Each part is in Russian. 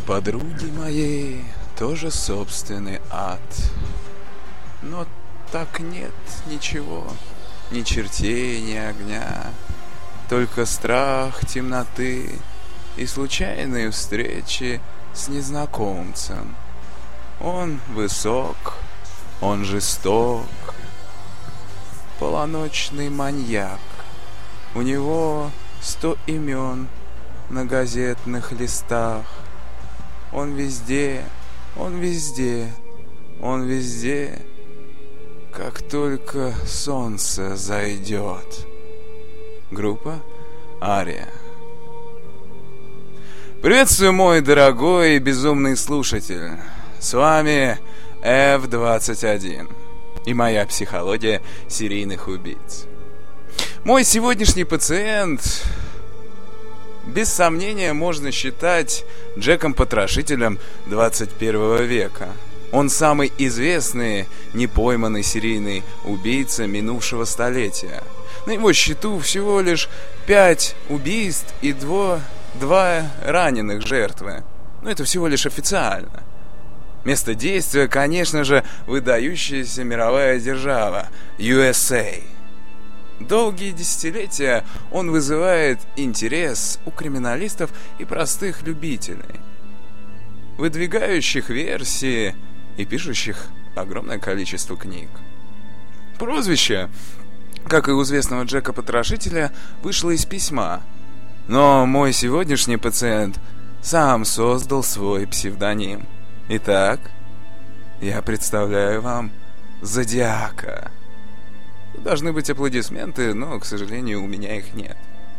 подруги моей тоже собственный ад. Но так нет ничего, ни чертей, ни огня, только страх темноты и случайные встречи с незнакомцем. Он высок, он жесток, полуночный маньяк. У него 100 имен на газетных листах. Он везде, он везде, он везде, как только солнце зайдет. Группа Ария. Приветствую, мой дорогой и безумный слушатель. С вами F21 и моя психология серийных убийц. Мой сегодняшний пациент, без сомнения, можно считать Джеком-потрошителем 21 века. Он самый известный непойманный серийный убийца минувшего столетия. На его счету всего лишь 5 убийств и 2 раненых жертвы. Но это всего лишь официально. Место действия, конечно же, выдающаяся мировая держава USA. Долгие десятилетия он вызывает интерес у криминалистов и простых любителей, выдвигающих версии и пишущих огромное количество книг. Прозвище, как и у известного Джека-потрошителя, вышло из письма. Но мой сегодняшний пациент сам создал свой псевдоним. Итак, я представляю вам Зодиака. Должны быть аплодисменты, но, к сожалению, у меня их нет.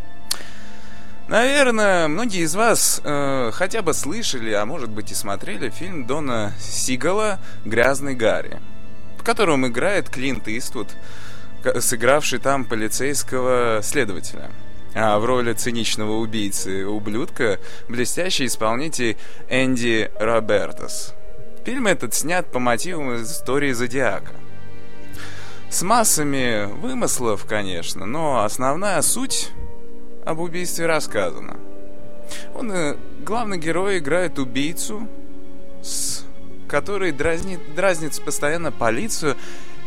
Наверное, многие из вас хотя бы слышали, а может быть и смотрели фильм Дона Сигала «Грязный Гарри», в котором играет Клинт Иствуд, сыгравший там полицейского следователя. А в роли циничного убийцы-ублюдка блестящий исполнитель Энди Робертос. Фильм этот снят по мотивам истории Зодиака. С массами вымыслов, конечно, но основная суть об убийстве рассказана. Главный герой играет убийцу, который дразнит постоянно полицию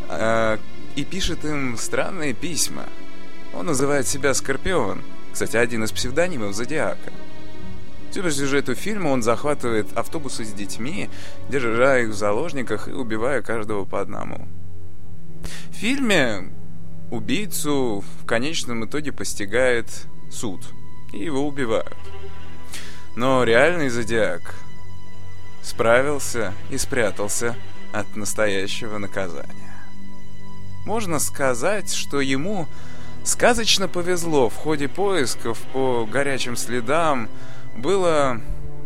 и пишет им странные письма. Он называет себя Скорпион, кстати, один из псевдонимов Зодиака. По сюжету фильма он захватывает автобусы с детьми, держа их в заложниках и убивая каждого по одному. В фильме убийцу в конечном итоге постигает суд, и его убивают. Но реальный Зодиак справился и спрятался от настоящего наказания. Можно сказать, что ему сказочно повезло. В ходе поисков по горячим следам была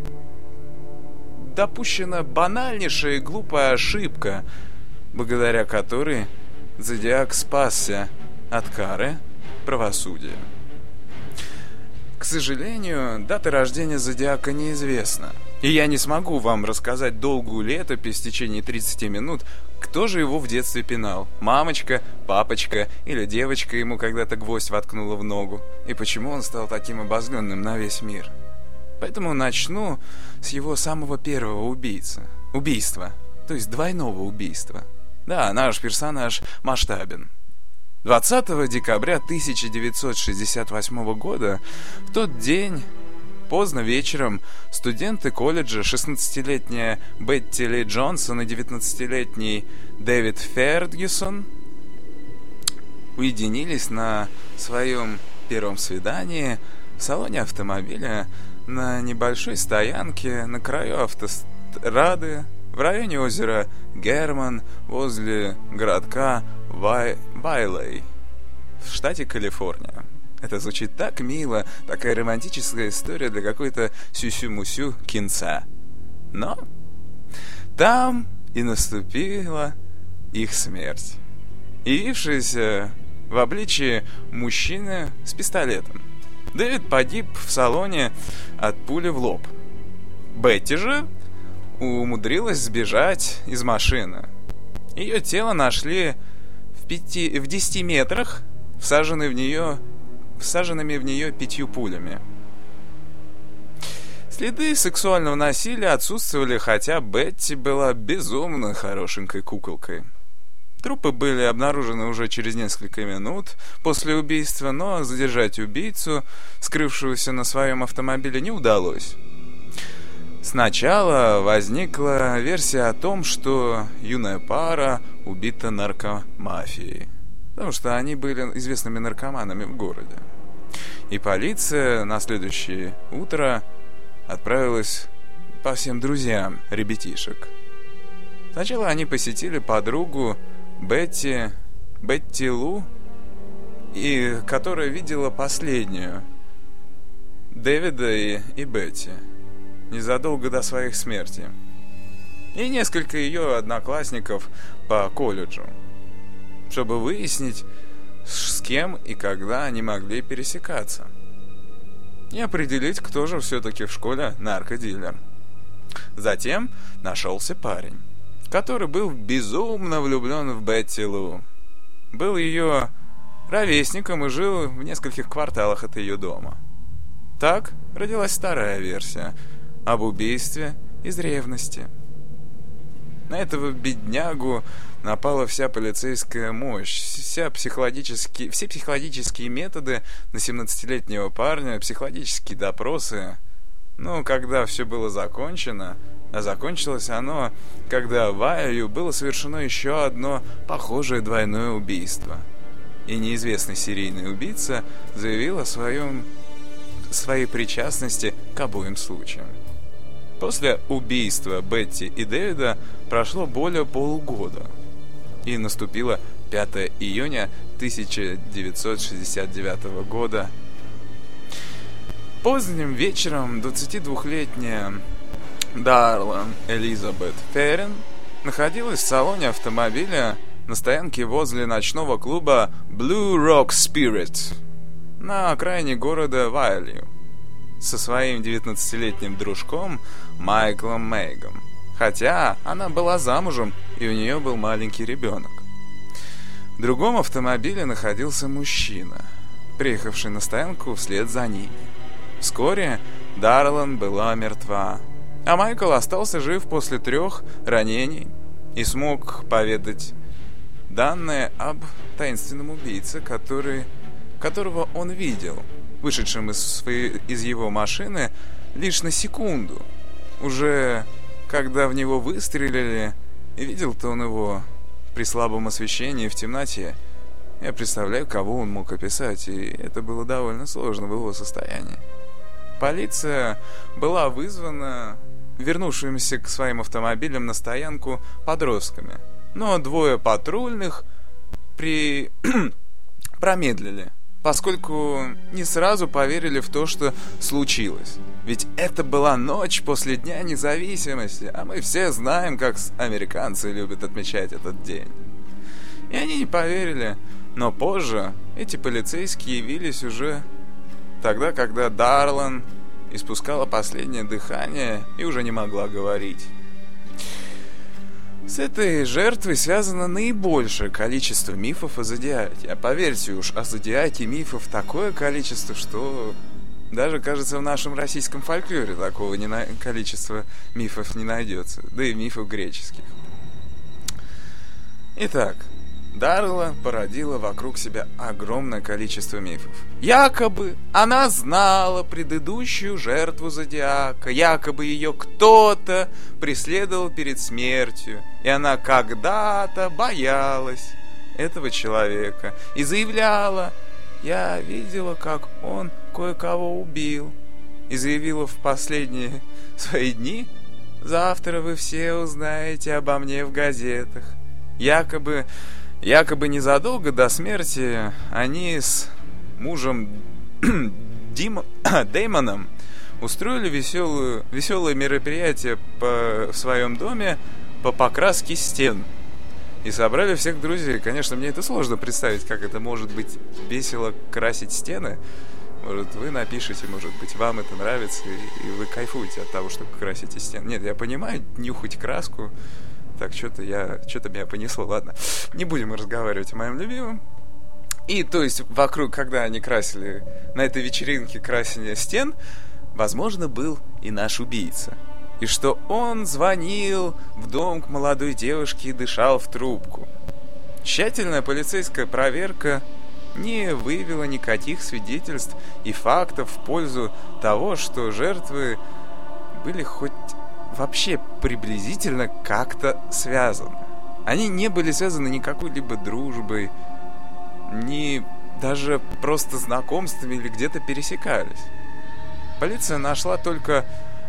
допущена банальнейшая и глупая ошибка, благодаря которой Зодиак спасся от кары правосудия. К сожалению, дата рождения Зодиака неизвестна. И я не смогу вам рассказать долгую летопись в течение 30 минут, кто же его в детстве пинал. Мамочка, папочка или девочка ему когда-то гвоздь воткнула в ногу. И почему он стал таким обозленным на весь мир. Поэтому начну с его самого первого убийства. То есть двойного убийства. Да, наш персонаж масштабен. 20 декабря 1968 года, в тот день, поздно вечером, студенты колледжа, 16-летняя Бетти Ли Джонсон и 19-летний Дэвид Фергюсон, уединились на своем первом свидании в салоне автомобиля на небольшой стоянке на краю автострады в районе озера Герман возле городка Вайлей в штате Калифорния. Это звучит так мило, такая романтическая история для какой-то сюсю-мусю кинца. Но там и наступила их смерть, явившаяся в обличии мужчины с пистолетом. Дэвид погиб в салоне от пули в лоб. Бетти же умудрилась сбежать из машины. Ее тело нашли в 10 метрах, всаженными в нее 5 пулями. Следы сексуального насилия отсутствовали, хотя Бетти была безумно хорошенькой куколкой. Трупы были обнаружены уже через несколько минут после убийства, но задержать убийцу, скрывшегося на своем автомобиле, не удалось. Сначала возникла версия о том, что юная пара убита наркомафией, потому что они были известными наркоманами в городе. И полиция на следующее утро отправилась по всем друзьям ребятишек. Сначала они посетили подругу Бетти Лу, которая видела последнюю Дэвида и Бетти незадолго до своих смерти, и несколько ее одноклассников по колледжу, чтобы выяснить, с кем и когда они могли пересекаться, и определить, кто же все-таки в школе наркодилер. Затем нашелся парень, который был безумно влюблен в Бетти Лу. Был ее ровесником и жил в нескольких кварталах от ее дома. Так родилась вторая версия об убийстве из ревности. На этого беднягу напала вся полицейская мощь, все психологические методы на 17-летнего парня, психологические допросы. Но когда все было закончено, а закончилось оно, когда в Айове было совершено еще одно похожее двойное убийство, и неизвестный серийный убийца заявил о своей причастности к обоим случаям. После убийства Бетти и Дэвида прошло более полугода, и наступило 5 июня 1969 года. Поздним вечером 22-летняя Дарлан Элизабет Феррин находилась в салоне автомобиля на стоянке возле ночного клуба Blue Rock Spirit на окраине города Вайлью со своим 19-летним дружком Майклом Мейгом, хотя она была замужем и у нее был маленький ребенок. В другом автомобиле находился мужчина, приехавший на стоянку вслед за ними. Вскоре Дарлан была мертва, а Майкл остался жив после 3 ранений и смог поведать данные об таинственном убийце, которого он видел, вышедшим из его машины лишь на секунду, уже когда в него выстрелили, и видел-то он его при слабом освещении в темноте. Я представляю, кого он мог описать, и это было довольно сложно в его состоянии. Полиция была вызвана вернувшимися к своим автомобилям на стоянку подростками, но 2 патрульных промедлили, поскольку не сразу поверили в то, что случилось. Ведь это была ночь после Дня независимости, а мы все знаем, как американцы любят отмечать этот день. И они не поверили, но позже эти полицейские явились уже тогда, когда Дарлан испускала последнее дыхание и уже не могла говорить. С этой жертвой связано наибольшее количество мифов о Зодиаке. А поверьте уж, о Зодиаке мифов такое количество, что даже, кажется, в нашем российском фольклоре такого количества мифов не найдется. Да и мифов греческих. Итак, Дарла породила вокруг себя огромное количество мифов. Якобы она знала предыдущую жертву Зодиака, якобы ее кто-то преследовал перед смертью, и она когда-то боялась этого человека и заявляла: «Я видела, как он кое-кого убил», и заявила в последние свои дни: «Завтра вы все узнаете обо мне в газетах». Якобы незадолго до смерти они с мужем Дэймоном устроили веселое мероприятие в своем доме по покраске стен и собрали всех друзей. Конечно, мне это сложно представить, как это может быть весело красить стены. Может, вы напишите, может быть, вам это нравится, и вы кайфуете от того, что красите стены. Нет, я понимаю, нюхать краску. Так, что-то меня понесло. Ладно, не будем разговаривать о моем любимом. И, то есть, вокруг, когда они красили, на этой вечеринке красения стен, возможно, был и наш убийца. И что он звонил в дом к молодой девушке и дышал в трубку. Тщательная полицейская проверка не выявила никаких свидетельств и фактов в пользу того, что жертвы были хоть вообще приблизительно как-то связаны. Они не были связаны ни какой-либо дружбой, ни даже просто знакомствами или где-то пересекались. Полиция нашла только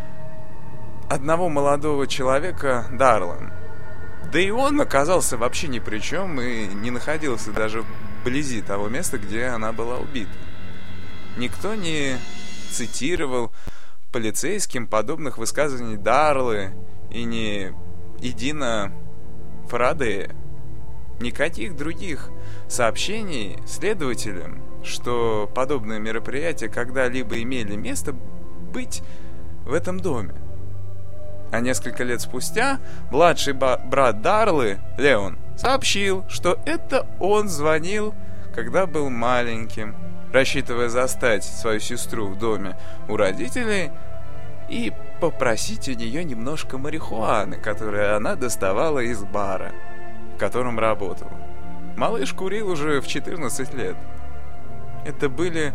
одного молодого человека, Дарлан. Да и он оказался вообще ни при чем и не находился даже вблизи того места, где она была убита. Никто не цитировал полицейским подобных высказываний Дарлы и не Дина Фарадея. Никаких других сообщений следователям, что подобные мероприятия когда-либо имели место быть в этом доме. А несколько лет спустя младший брат Дарлы, Леон, сообщил, что это он звонил, когда был маленьким, рассчитывая застать свою сестру в доме у родителей и попросить у нее немножко марихуаны, которую она доставала из бара, в котором работала. Малыш курил уже в 14 лет. Это были...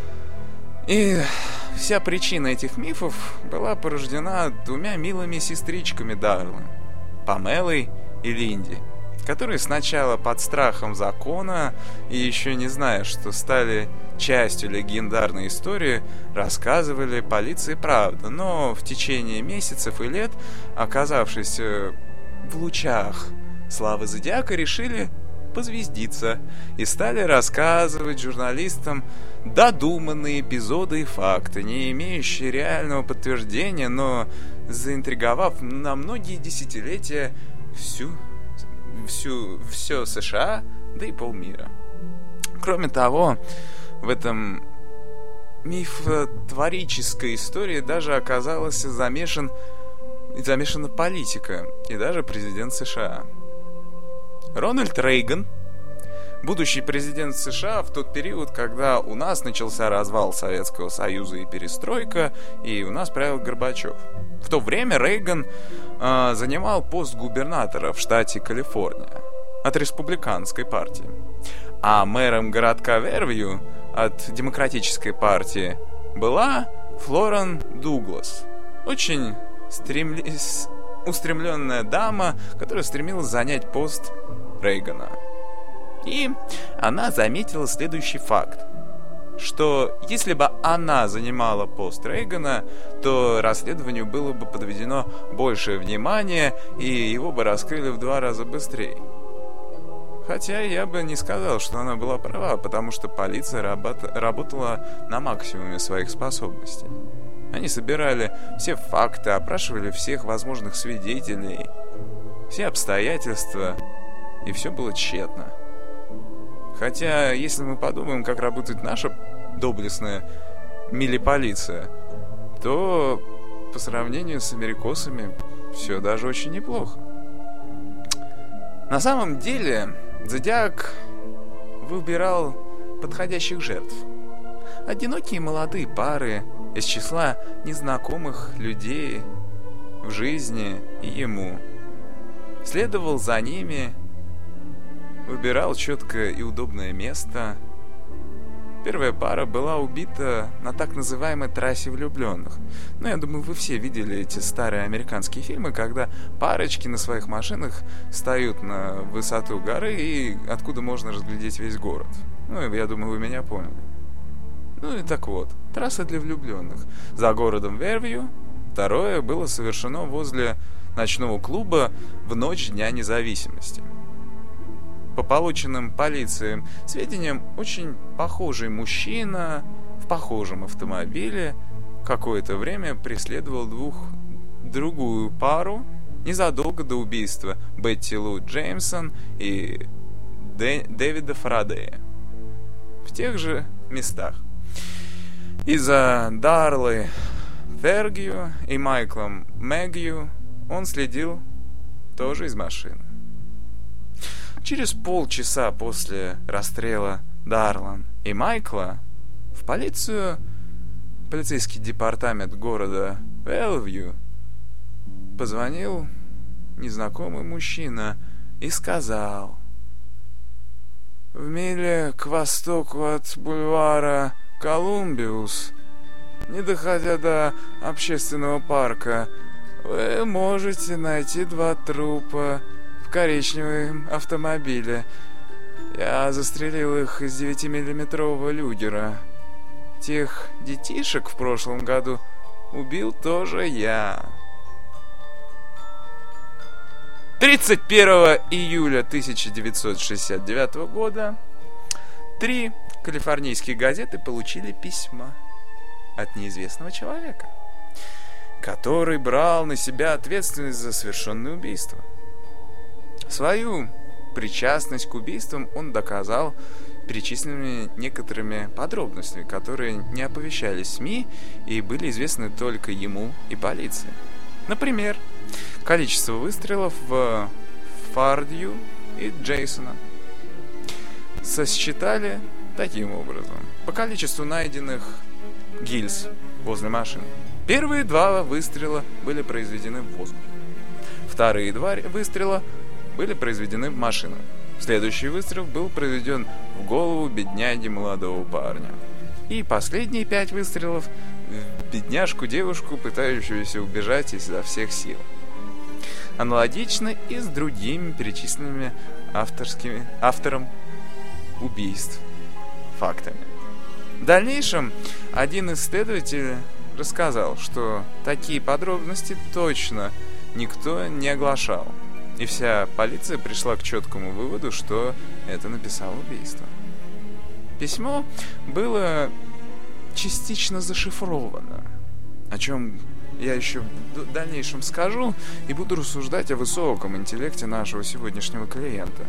И вся причина этих мифов была порождена двумя милыми сестричками Дарлы, Памелой и Линди, которые сначала под страхом закона и еще не зная, что стали частью легендарной истории, рассказывали полиции правду, но в течение месяцев и лет, оказавшись в лучах славы Зодиака, решили позвездиться и стали рассказывать журналистам додуманные эпизоды и факты, не имеющие реального подтверждения, но заинтриговав на многие десятилетия все США, да и полмира. Кроме того, в этом мифотворической истории даже оказалась замешана политика и даже президент США. Рональд Рейган, будущий президент США в тот период, когда у нас начался развал Советского Союза и перестройка, и у нас правил Горбачев. В то время Рейган занимал пост губернатора в штате Калифорния от республиканской партии, а мэром городка Вервью от демократической партии была Флорен Дуглас, очень устремленная дама, которая стремилась занять пост Рейгана. И она заметила следующий факт, что если бы она занимала пост Рейгана, то расследованию было бы подведено большее внимание, и его бы раскрыли в 2 раза быстрее. Хотя я бы не сказал, что она была права, потому что полиция работала на максимуме своих способностей. Они собирали все факты, опрашивали всех возможных свидетелей, все обстоятельства, и все было тщетно. Хотя, если мы подумаем, как работает наша доблестная милиполиция, то по сравнению с америкосами все даже очень неплохо. На самом деле, Зодиак выбирал подходящих жертв. Одинокие молодые пары из числа незнакомых людей в жизни и ему. Следовал за ними, выбирал четкое и удобное место. Первая пара была убита на так называемой трассе влюбленных. Ну, я думаю, вы все видели эти старые американские фильмы, когда парочки на своих машинах встают на высоту горы, и откуда можно разглядеть весь город. Ну, я думаю, вы меня поняли. Ну и так вот, трасса для влюбленных. За городом Вервью. Второе было совершено возле ночного клуба в ночь Дня Независимости. По полученным полицией сведениям, очень похожий мужчина в похожем автомобиле какое-то время преследовал другую пару незадолго до убийства Бетти Лу Джеймсон и Дэвида Фарадея в тех же местах. И за Дарлой Фергью и Майклом Мэгью он следил тоже из машины. Через полчаса после расстрела Дарлан и Майкла в полицейский департамент города в Элвью позвонил незнакомый мужчина и сказал: «В миле к востоку от бульвара Колумбиус, не доходя до общественного парка, вы можете найти 2 трупа в коричневом автомобиле. Я застрелил их из 9-миллиметрового люгера. Тех детишек в прошлом году убил тоже я». 31 июля 1969 года 3 калифорнийские газеты получили письма от неизвестного человека, который брал на себя ответственность за совершенное убийство. Свою причастность к убийствам он доказал перечисленными некоторыми подробностями, которые не оповещались СМИ и были известны только ему и полиции. Например, количество выстрелов в Фардью и Джейсона сосчитали таким образом: по количеству найденных гильз возле машин. Первые 2 выстрела были произведены в воздух. Вторые 2 выстрела были произведены в машину. Следующий выстрел был произведен в голову бедняги молодого парня. И последние 5 выстрелов в бедняжку-девушку, пытающуюся убежать изо всех сил. Аналогично и с другими перечисленными автором убийств фактами. В дальнейшем один из следователей рассказал, что такие подробности точно никто не оглашал, и вся полиция пришла к четкому выводу, что это написал убийство. Письмо было частично зашифровано, о чем я еще в дальнейшем скажу, и буду рассуждать о высоком интеллекте нашего сегодняшнего клиента.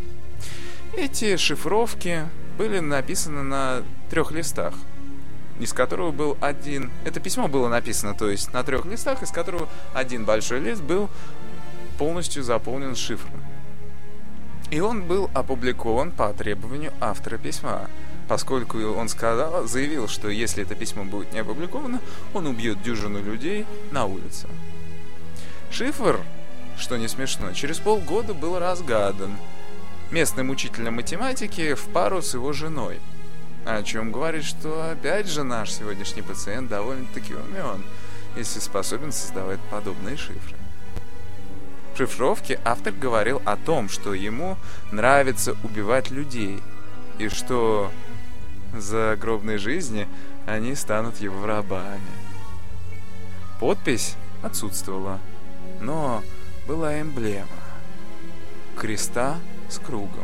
Эти шифровки были написаны на 3 листах, из которого был один... Это письмо было написано, то есть на 3 листах, из которого один большой лист был полностью заполнен шифром. И он был опубликован по требованию автора письма, поскольку он заявил, что если это письмо будет не опубликовано, он убьет дюжину людей на улице. Шифр, что не смешно, через полгода был разгадан местным учителем математики в пару с его женой, о чем говорит, что опять же наш сегодняшний пациент довольно-таки умен, если способен создавать подобные шифры. В шифровке автор говорил о том, что ему нравится убивать людей, и что в загробной жизни они станут его рабами. Подпись отсутствовала, но была эмблема креста с кругом.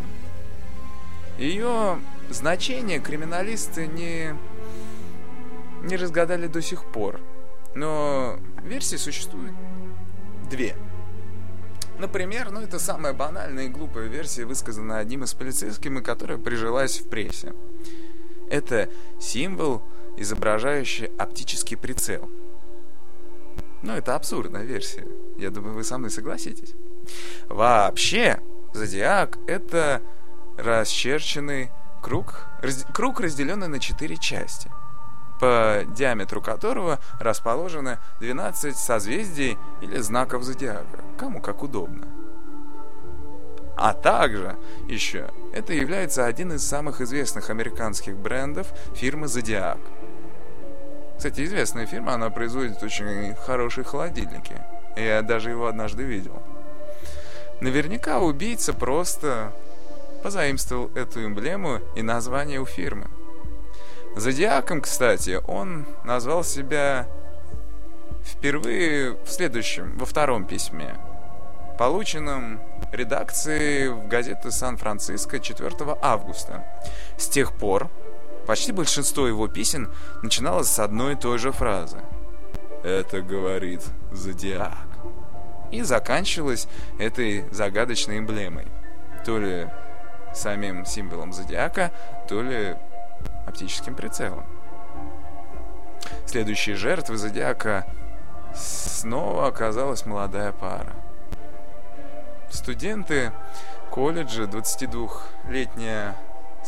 Ее значение криминалисты не разгадали до сих пор, но версий существует 2. Например, это самая банальная и глупая версия, высказанная одним из полицейских, и которая прижилась в прессе. Это символ, изображающий оптический прицел. Это абсурдная версия. Я думаю, вы со мной согласитесь. Вообще, зодиак — это расчерченный круг, разделенный на 4 части, по диаметру которого расположены 12 созвездий или знаков зодиака, кому как удобно. А также еще это является один из самых известных американских брендов фирмы Zodiac. Кстати, известная фирма, она производит очень хорошие холодильники. Я даже его однажды видел. Наверняка убийца просто позаимствовал эту эмблему и название у фирмы. Зодиаком, кстати, он назвал себя впервые во 2 письме, полученном редакцией в газете «Сан-Франциско» 4 августа. С тех пор почти большинство его писем начиналось с одной и той же фразы: «Это говорит Зодиак». И заканчивалось этой загадочной эмблемой. То ли самим символом Зодиака, то ли оптическим прицелом. Следующей жертвой Зодиака снова оказалась молодая пара. Студенты колледжа, 22-летняя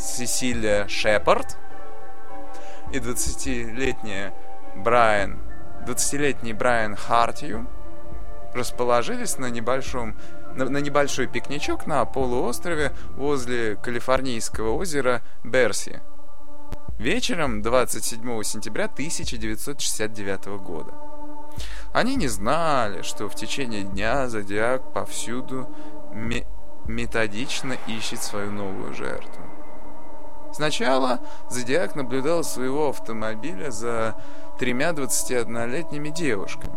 Сесилия Шепард и 20-летняя Брайан 20-летний Брайан Хартью расположились на небольшой пикничок на полуострове возле калифорнийского озера Берси вечером 27 сентября 1969 года. Они не знали, что в течение дня Зодиак повсюду методично ищет свою новую жертву. Сначала Зодиак наблюдал своего автомобиля за 3 21-летними девушками.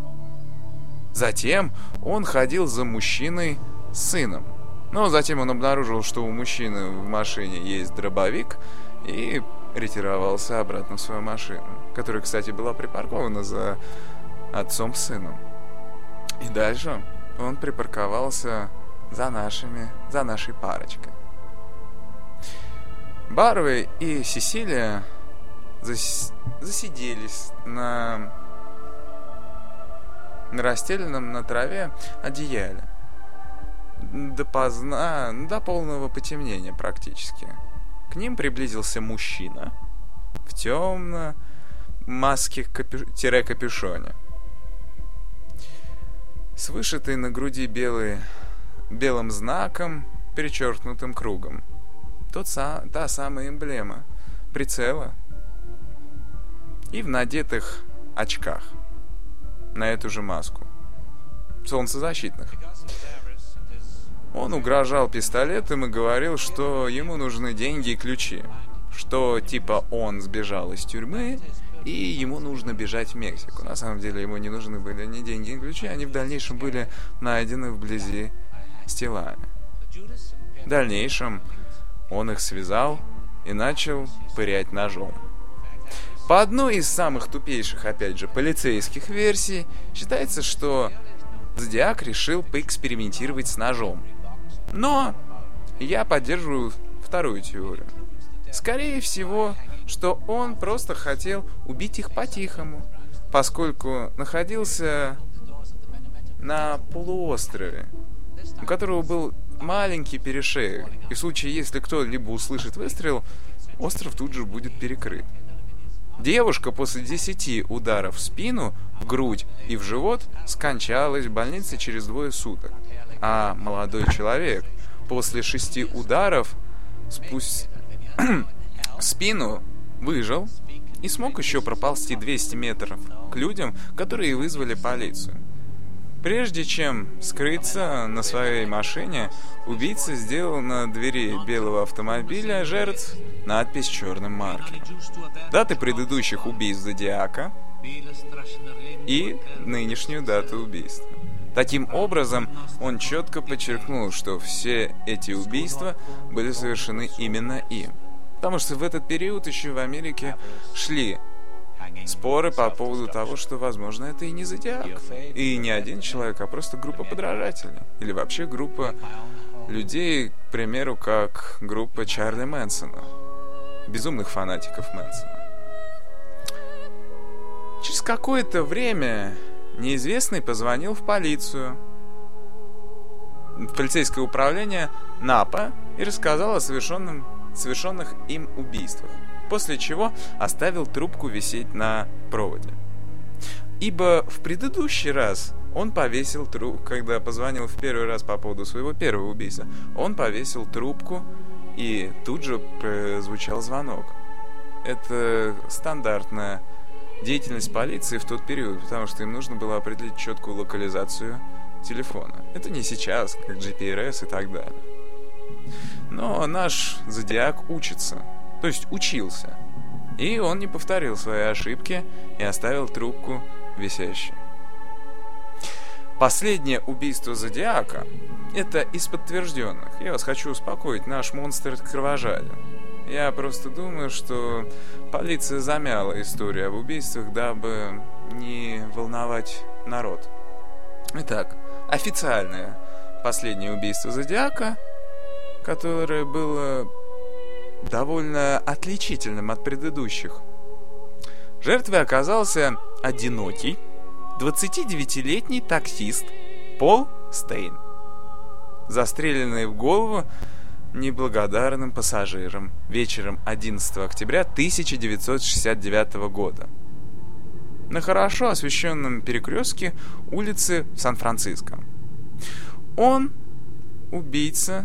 Затем он ходил за мужчиной с сыном. Но затем он обнаружил, что у мужчины в машине есть дробовик, и ретировался обратно в свою машину, которая, кстати, была припаркована за отцом с сыном. И дальше он припарковался за нашей парочкой. Барвей и Сесилия засиделись на расстеленном на траве одеяле до полного потемнения практически. К ним приблизился мужчина в темной маске-капюшоне с вышитой на груди белым знаком, перечеркнутым кругом. Та самая эмблема прицела. И в надетых очках на эту же маску, солнцезащитных. Он угрожал пистолетом и говорил, что ему нужны деньги и ключи, что типа он сбежал из тюрьмы и ему нужно бежать в Мексику. На самом деле ему не нужны были ни деньги, ни ключи, они в дальнейшем были найдены вблизи с телами. В дальнейшем он их связал и начал пырять ножом. По одной из самых тупейших, опять же, полицейских версий, считается, что Зодиак решил поэкспериментировать с ножом. Но я поддерживаю вторую теорию. Скорее всего, что он просто хотел убить их по-тихому, поскольку находился на полуострове, у которого был маленький перешеек, и в случае, если кто-либо услышит выстрел, остров тут же будет перекрыт. Девушка после 10 ударов в спину, в грудь и в живот скончалась в больнице через 2 суток, а молодой человек после 6 ударов в спину выжил и смог еще проползти 200 метров к людям, которые вызвали полицию. Прежде чем скрыться на своей машине, убийца сделал на двери белого автомобиля жертв надпись черным маркером, даты предыдущих убийств Зодиака и нынешнюю дату убийства. Таким образом, он четко подчеркнул, что все эти убийства были совершены именно им. Потому что в этот период еще в Америке шли споры по поводу того, что, возможно, это и не Зодиак, и не один человек, а просто группа подражателей. Или вообще группа людей, к примеру, как группа Чарли Мэнсона, безумных фанатиков Мэнсона. Через какое-то время неизвестный позвонил в полицию, в полицейское управление Напа, и рассказал о совершенных им убийствах, после чего оставил трубку висеть на проводе. Ибо в предыдущий раз он повесил трубку, когда позвонил в первый раз по поводу своего первого убийства, он повесил трубку, и тут же прозвучал звонок. Это стандартная деятельность полиции в тот период, потому что им нужно было определить четкую локализацию телефона. Это не сейчас, как GPRS и так далее. Но наш Зодиак учится, то есть учился, и он не повторил свои ошибки и оставил трубку висящей. Последнее убийство Зодиака — это из подтвержденных. Я вас хочу успокоить, наш монстр кровожаден. Я просто думаю, что полиция замяла историю об убийствах, дабы не волновать народ. Итак, официальное последнее убийство Зодиака, которое было довольно отличительным от предыдущих. Жертвой оказался одинокий 29-летний таксист Пол Стейн, застреленный в голову неблагодарным пассажиром вечером 11 октября 1969 года. на хорошо освещенном перекрестке улицы Сан-Франциско. Убийца,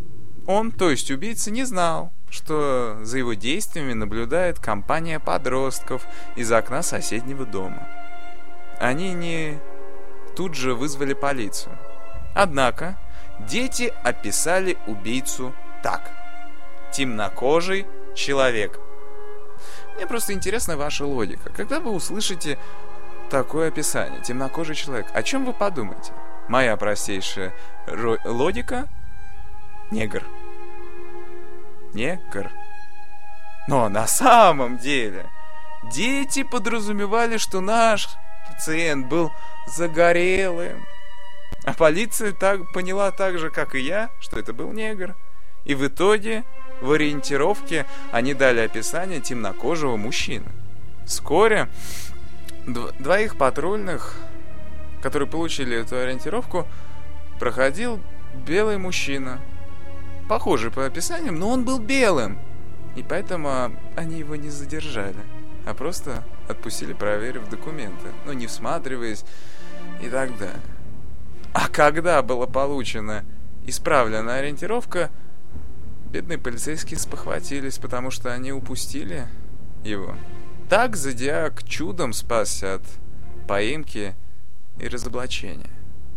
не знал, что за его действиями наблюдает компания подростков из окна соседнего дома. Они не тут же вызвали полицию. Однако дети описали убийцу так: темнокожий человек. Мне просто интересна ваша логика. Когда вы услышите такое описание, темнокожий человек, о чем вы подумаете? Моя простейшая логика — негр. Негр. Но на самом деле дети подразумевали, что наш пациент был загорелым. А полиция поняла так же, как и я, что это был негр. И в итоге в ориентировке они дали описание темнокожего мужчины. Вскоре двоих патрульных, которые получили эту ориентировку, проходил белый мужчина, похожий по описаниям, но он был белым. И поэтому они его не задержали, а просто отпустили, проверив документы, не всматриваясь и так далее. А когда была получена исправленная ориентировка, бедные полицейские спохватились, потому что они упустили его. Так Зодиак чудом спасся от поимки и разоблачения.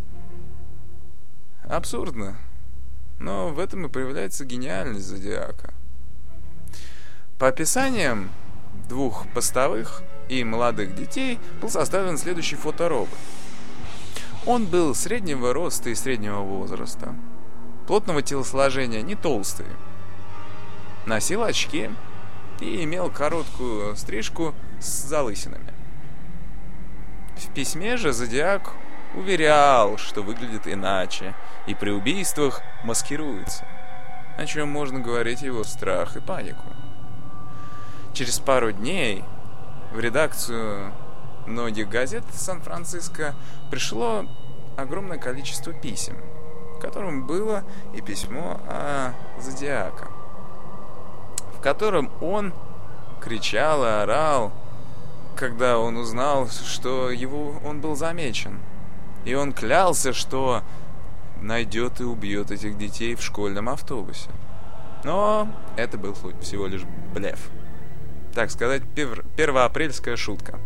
Абсурдно, но в этом и проявляется гениальность Зодиака. По описаниям двух постовых и молодых детей был составлен следующий фоторобот. Он был среднего роста и среднего возраста, плотного телосложения, не толстый, носил очки и имел короткую стрижку с залысинами. В письме же Зодиак уверял, что выглядит иначе и при убийствах маскируется, о чем можно говорить его страх и панику. Через пару дней в редакцию многих газет Сан-Франциско пришло огромное количество писем, в котором было и письмо о Зодиака, в котором он кричал и орал, когда он узнал, что он был замечен. И он клялся, что найдет и убьет этих детей в школьном автобусе. Но это был всего лишь блеф. Так сказать, первоапрельская шутка.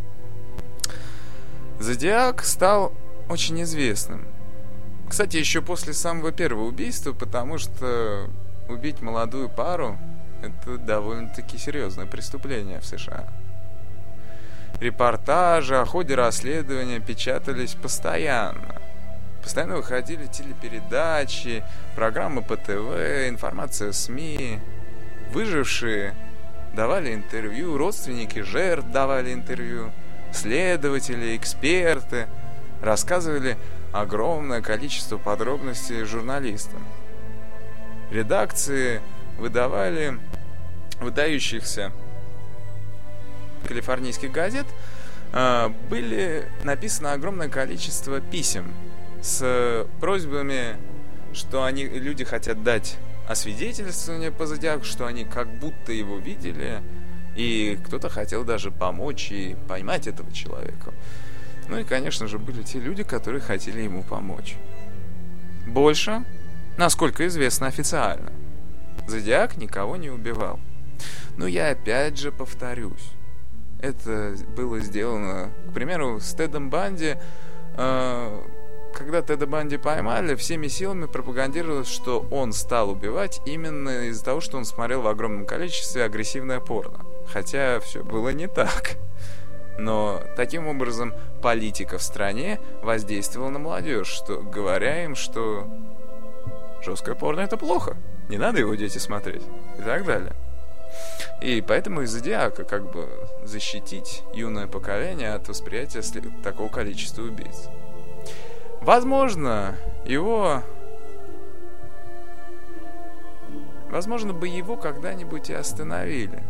Зодиак стал очень известным. Кстати, еще после самого первого убийства, потому что убить молодую пару — это довольно-таки серьезное преступление в США. Репортажи о ходе расследования печатались постоянно. Постоянно выходили телепередачи, программы по ТВ, информация в СМИ. Выжившие давали интервью, родственники жертв давали интервью, следователи, эксперты рассказывали огромное количество подробностей журналистам. Редакции выдавали выдающихся калифорнийских газет, были написано огромное количество писем с просьбами, что люди хотят дать освидетельствование по Зодиаку, что они как будто его видели, и кто-то хотел даже помочь и поймать этого человека. Ну и, конечно же, были те люди, которые хотели ему помочь. Больше, насколько известно официально, Зодиак никого не убивал. Но я опять же повторюсь. Это было сделано, к примеру, с Тедом Банди. Когда Теда Банди поймали, всеми силами пропагандировалось, что он стал убивать именно из-за того, что он смотрел в огромном количестве агрессивное порно. Хотя все было не так. Но таким образом политика в стране воздействовала на молодежь, говоря им, что жесткое порно — это плохо, не надо его, дети, смотреть и так далее. И поэтому из Зодиака защитить юное поколение от восприятия такого количества убийц. Возможно, бы его когда-нибудь и остановили.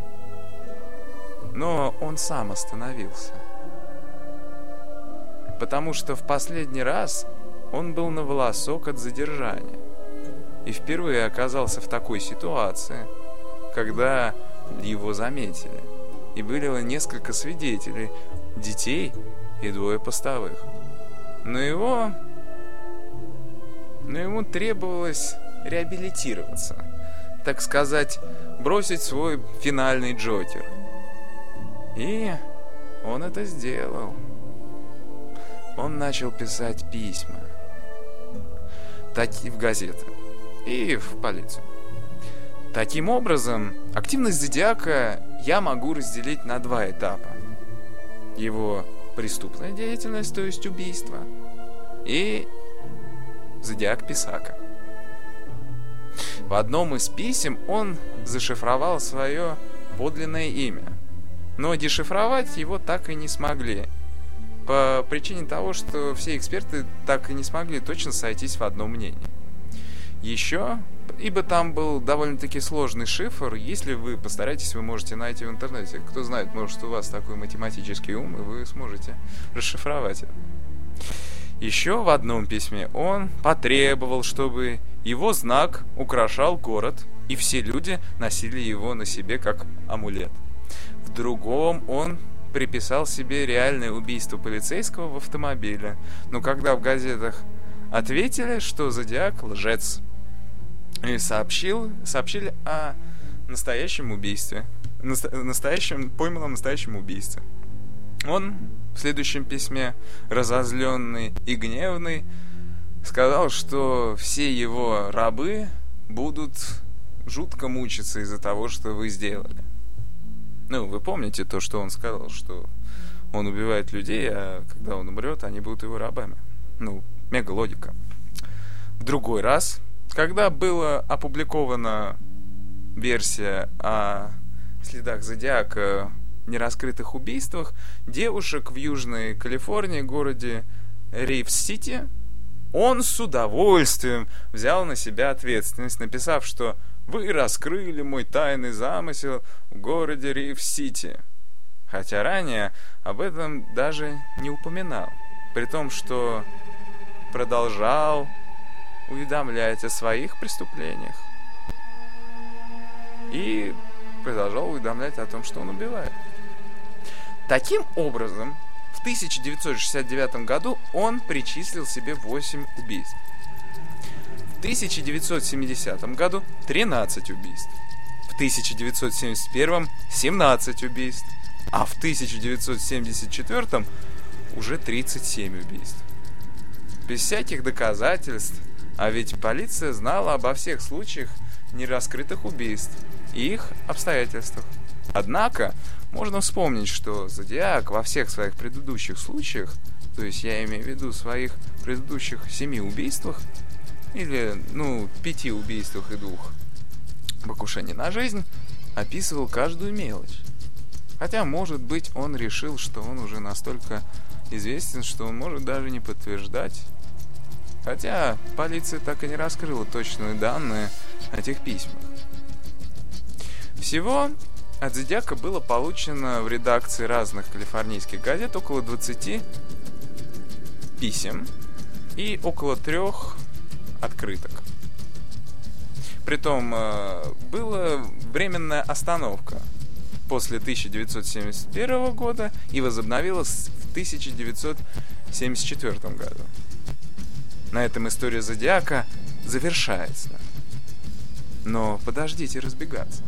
Но он сам остановился. Потому что в последний раз он был на волосок от задержания. И впервые оказался в такой ситуации, когда его заметили. и было несколько свидетелей, детей и 2 постовых. Но ему требовалось реабилитироваться, так сказать, бросить свой финальный джокер. И он это сделал. Он начал писать письма в газеты и в полицию. Таким образом, активность Зодиака я могу разделить на 2 этапа. Его преступная деятельность, то есть убийство, и Зодиак Писака. В одном из писем он зашифровал свое подлинное имя, но дешифровать его так и не смогли, по причине того, что все эксперты так и не смогли точно сойтись в одном мнении. Еще, ибо там был довольно-таки сложный шифр, если вы постараетесь, вы можете найти в интернете. Кто знает, может, у вас такой математический ум, и вы сможете расшифровать это. Еще в одном письме он потребовал, чтобы его знак украшал город, и все люди носили его на себе как амулет. В другом он приписал себе реальное убийство полицейского в автомобиле, но когда в газетах ответили, что Зодиак лжец, и сообщили о настоящем убийстве, пойманном настоящем убийстве. Он в следующем письме, разозленный и гневный, сказал, что все его рабы будут жутко мучиться из-за того, что вы сделали. Ну, вы помните то, что он сказал, что он убивает людей, а когда он умрет, они будут его рабами. Ну, мега логика. В другой раз, когда была опубликована версия о следах Зодиака в нераскрытых убийствах девушек в Южной Калифорнии, городе Рив-Сити, он с удовольствием взял на себя ответственность, написав, что «Вы раскрыли мой тайный замысел в городе Рив-Сити», хотя ранее об этом даже не упоминал, при том, что продолжал уведомлять о своих преступлениях и продолжал уведомлять о том, что он убивает. Таким образом, в 1969 году он причислил себе 8 убийств. В 1970 году 13 убийств. В 1971 17 убийств. А в 1974 уже 37 убийств. Без всяких доказательств, а ведь полиция знала обо всех случаях нераскрытых убийств и их обстоятельствах. Однако, можно вспомнить, что Зодиак во всех своих предыдущих случаях, то есть я имею в виду своих предыдущих 7 убийствах, или, 5 убийствах и 2 покушений на жизнь, описывал каждую мелочь. Хотя, может быть, он решил, что он уже настолько известен, что он может даже не подтверждать. Хотя полиция так и не раскрыла точные данные о этих письмах. Всего от Зодиака было получено в редакции разных калифорнийских газет около 20 писем и около 3 открыток. Притом была временная остановка после 1971 года и возобновилась в 1974 году. На этом история Зодиака завершается. Но подождите разбегаться.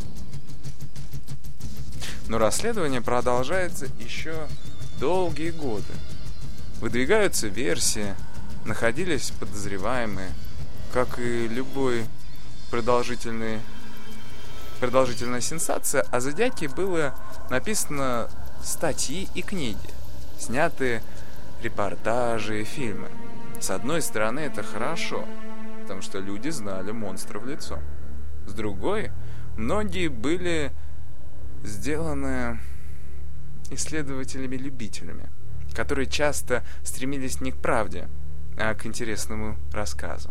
Но расследование продолжается еще долгие годы. Выдвигаются версии, находились подозреваемые, как и любой продолжительная сенсация, о Зодиаке было написано статьи и книги, сняты репортажи и фильмы. С одной стороны, это хорошо, потому что люди знали монстра в лицо. С другой, многие были сделаны исследователями-любителями, которые часто стремились не к правде, а к интересному рассказу.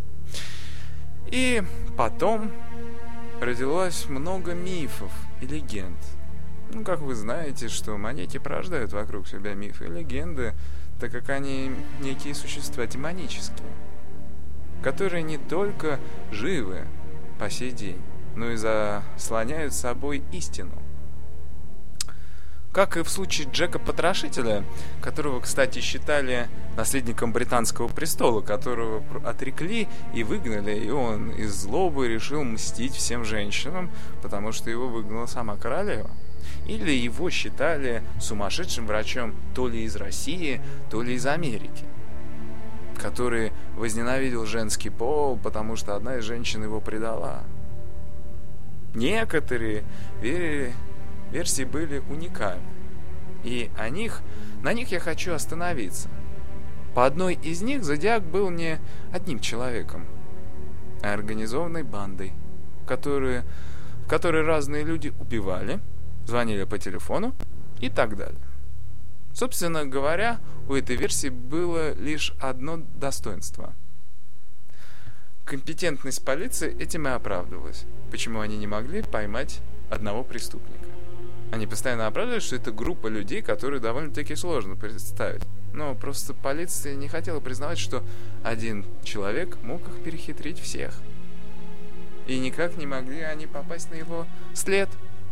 И потом родилось много мифов и легенд. Как вы знаете, что маньяки порождают вокруг себя мифы и легенды, так как они некие существа демонические, которые не только живы по сей день, но и заслоняют собой истину. Как и в случае Джека Потрошителя, которого, кстати, считали наследником британского престола, которого отрекли и выгнали, и он из злобы решил мстить всем женщинам, потому что его выгнала сама королева. Или его считали сумасшедшим врачом то ли из России, то ли из Америки, который возненавидел женский пол, потому что одна из женщин его предала. Некоторые версии были уникальны, и на них я хочу остановиться. По одной из них Зодиак был не одним человеком, а организованной бандой, в которой разные люди убивали, звонили по телефону и так далее. Собственно говоря, у этой версии было лишь одно достоинство. Компетентность полиции этим и оправдывалась. Почему они не могли поймать одного преступника? Они постоянно оправдывали, что это группа людей, которые довольно-таки сложно представить. Но просто полиция не хотела признавать, что один человек мог их перехитрить всех. И никак не могли они попасть на его след.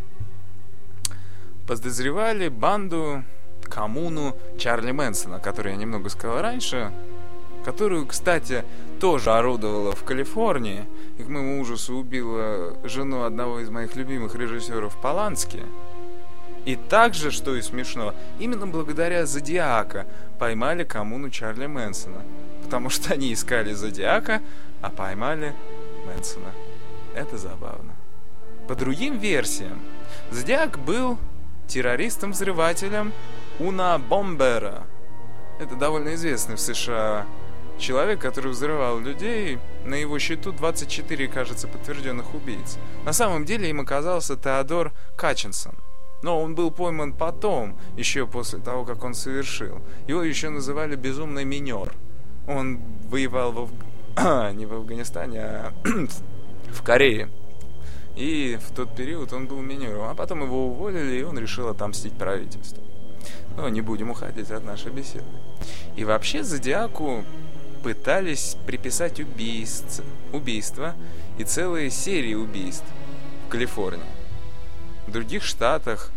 Подозревали банду, коммуну Чарли Мэнсона, которую я немного сказал раньше, которую, кстати, тоже орудовала в Калифорнии и, к моему ужасу, убила жену одного из моих любимых режиссеров Полански. И также, что и смешно, именно благодаря Зодиака поймали коммуну Чарли Мэнсона, потому что они искали Зодиака, а поймали Мэнсона. Это забавно. По другим версиям, Зодиак был террористом-взрывателем Уна Бомбера. Это довольно известный в США человек, который взрывал людей. На его счету 24, кажется, подтвержденных убийц. На самом деле им оказался Теодор Катчинсон. Но он был пойман потом, еще после того, как он совершил. Его еще называли «безумный минер». Он воевал не в Афганистане, а в Корее. И в тот период он был минером. А потом его уволили, и он решил отомстить правительству. Но не будем уходить от нашей беседы. И вообще Зодиаку пытались приписать убийства и целые серии убийств в Калифорнии. В других штатах,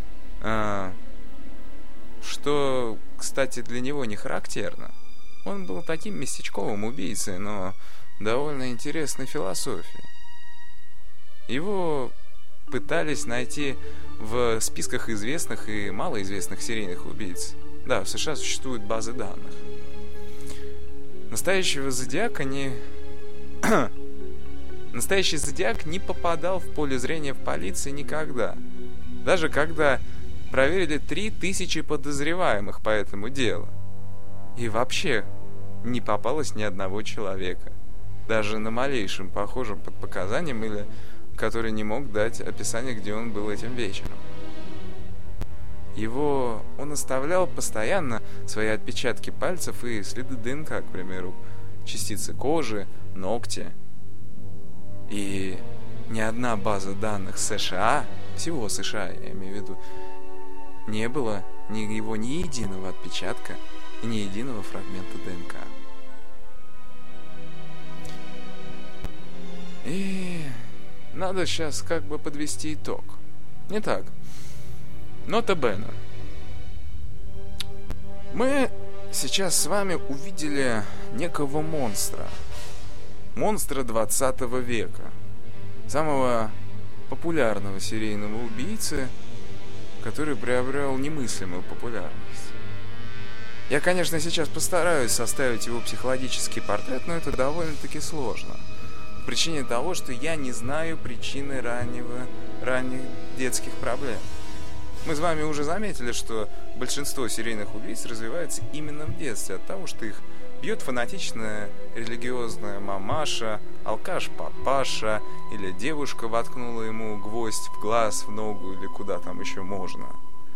что, кстати, для него не характерно. Он был таким местечковым убийцей, но довольно интересной философией. Его пытались найти в списках известных и малоизвестных серийных убийц. Да, в США существуют базы данных. Настоящий Зодиак не попадал в поле зрения в полиции никогда. Даже когда проверили 3000 подозреваемых по этому делу. И вообще не попалось ни одного человека. Даже на малейшем похожем под показанием или который не мог дать описание, где он был этим вечером. Он оставлял постоянно свои отпечатки пальцев и следы ДНК, к примеру, частицы кожи, ногти. И ни одна база данных США, всего США, я имею в виду, не было ни единого отпечатка и ни единого фрагмента ДНК. И надо сейчас как бы подвести итог. Итак, нота бene. Мы сейчас с вами увидели некого монстра. Монстра 20 века. Самого популярного серийного убийцы, который приобрел немыслимую популярность. Я, конечно, сейчас постараюсь составить его психологический портрет, но это довольно-таки сложно. По причине того, что я не знаю причины ранних детских проблем. Мы с вами уже заметили, что большинство серийных убийц развивается именно в детстве от того, что их бьет фанатичная религиозная мамаша, алкаш-папаша или девушка воткнула ему гвоздь в глаз, в ногу или куда там еще можно.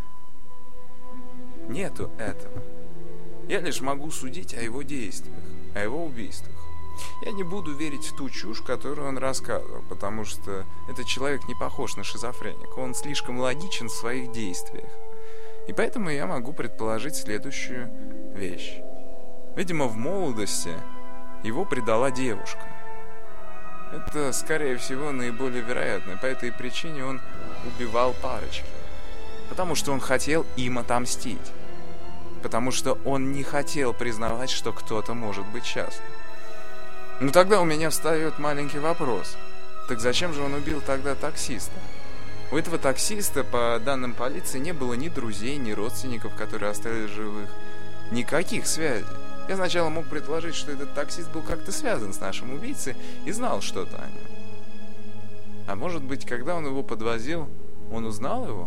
Нету этого. Я лишь могу судить о его действиях, о его убийствах. Я не буду верить в ту чушь, которую он рассказывал, потому что этот человек не похож на шизофреника. Он слишком логичен в своих действиях. И поэтому я могу предположить следующую вещь. Видимо, в молодости его предала девушка. Это, скорее всего, наиболее вероятно. По этой причине он убивал парочки. Потому что он хотел им отомстить. Потому что он не хотел признавать, что кто-то может быть счастлив. Но тогда у меня встает маленький вопрос. Так зачем же он убил тогда таксиста? У этого таксиста, по данным полиции, не было ни друзей, ни родственников, которые остались живых. Никаких связей. Я сначала мог предположить, что этот таксист был как-то связан с нашим убийцей и знал что-то о нем. А может быть, когда он его подвозил, он узнал его?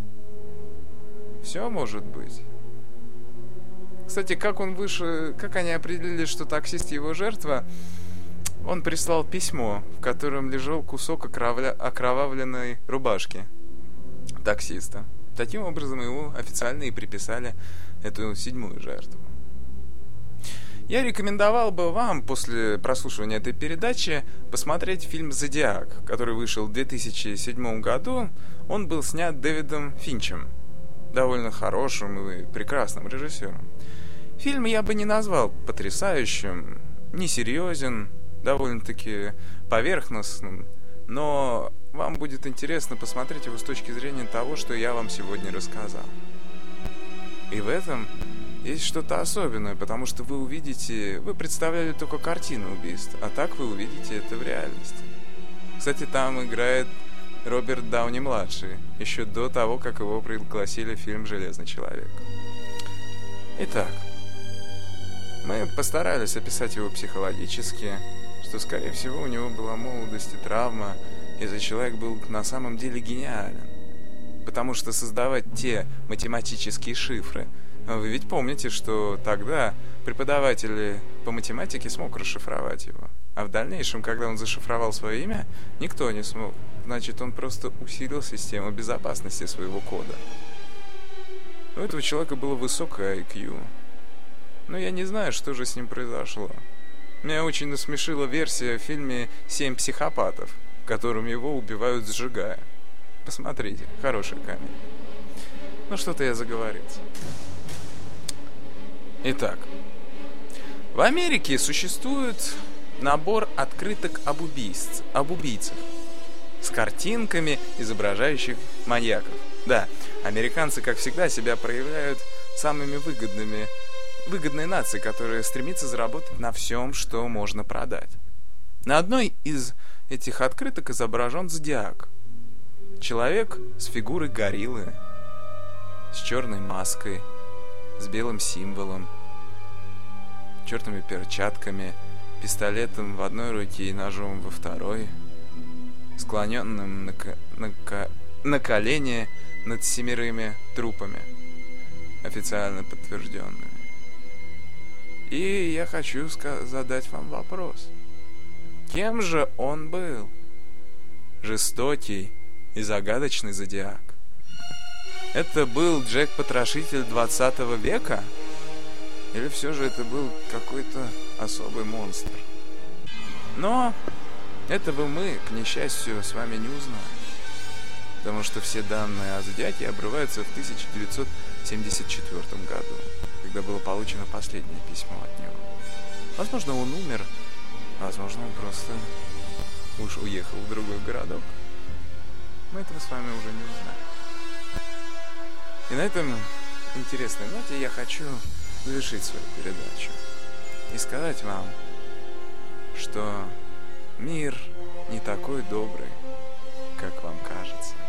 Все может быть. Кстати, как они определили, что таксист его жертва, он прислал письмо, в котором лежал кусок окровавленной рубашки таксиста. Таким образом, ему официально и приписали эту 7-ю жертву. Я рекомендовал бы вам после прослушивания этой передачи посмотреть фильм «Зодиак», который вышел в 2007 году. Он был снят Дэвидом Финчем, довольно хорошим и прекрасным режиссером. Фильм я бы не назвал потрясающим, несерьезен, довольно-таки поверхностным, но вам будет интересно посмотреть его с точки зрения того, что я вам сегодня рассказал. И в этом есть что-то особенное, потому что вы представляли только картину убийства, а так вы увидите это в реальности. Кстати, там играет Роберт Дауни-младший, еще до того, как его пригласили в фильм «Железный человек». Итак, мы постарались описать его психологически, что, скорее всего, у него была молодость и травма, и этот человек был на самом деле гениален. Потому что создавать те математические шифры, вы ведь помните, что тогда преподаватель по математике смог расшифровать его, а в дальнейшем, когда он зашифровал свое имя, никто не смог. Значит, он просто усилил систему безопасности своего кода. У этого человека было высокое IQ. Но я не знаю, что же с ним произошло. Меня очень насмешила версия в фильме «7 психопатов», в котором его убивают, сжигая. Посмотрите, хорошая комедия. Ну что-то я заговорился. Итак, в Америке существует набор открыток об убийцах с картинками, изображающих маньяков. Да, американцы, как всегда, себя проявляют самыми выгодной нацией, которая стремится заработать на всем, что можно продать. На одной из этих открыток изображен зодиак. Человек с фигурой гориллы, с черной маской, с белым символом, черными перчатками, пистолетом в одной руке и ножом во второй, склоненным на колени над 7 трупами, официально подтвержденными. И я хочу задать вам вопрос. Кем же он был? Жестокий и загадочный зодиак. Это был Джек-потрошитель 20 века? Или все же это был какой-то особый монстр? Но этого мы, к несчастью, с вами не узнаем. Потому что все данные о зодиаке обрываются в 1974 году, когда было получено последнее письмо от него. Возможно, он умер, возможно, он просто уж уехал в другой городок. Мы этого с вами уже не узнаем. И на этом интересной ноте я хочу завершить свою передачу и сказать вам, что мир не такой добрый, как вам кажется.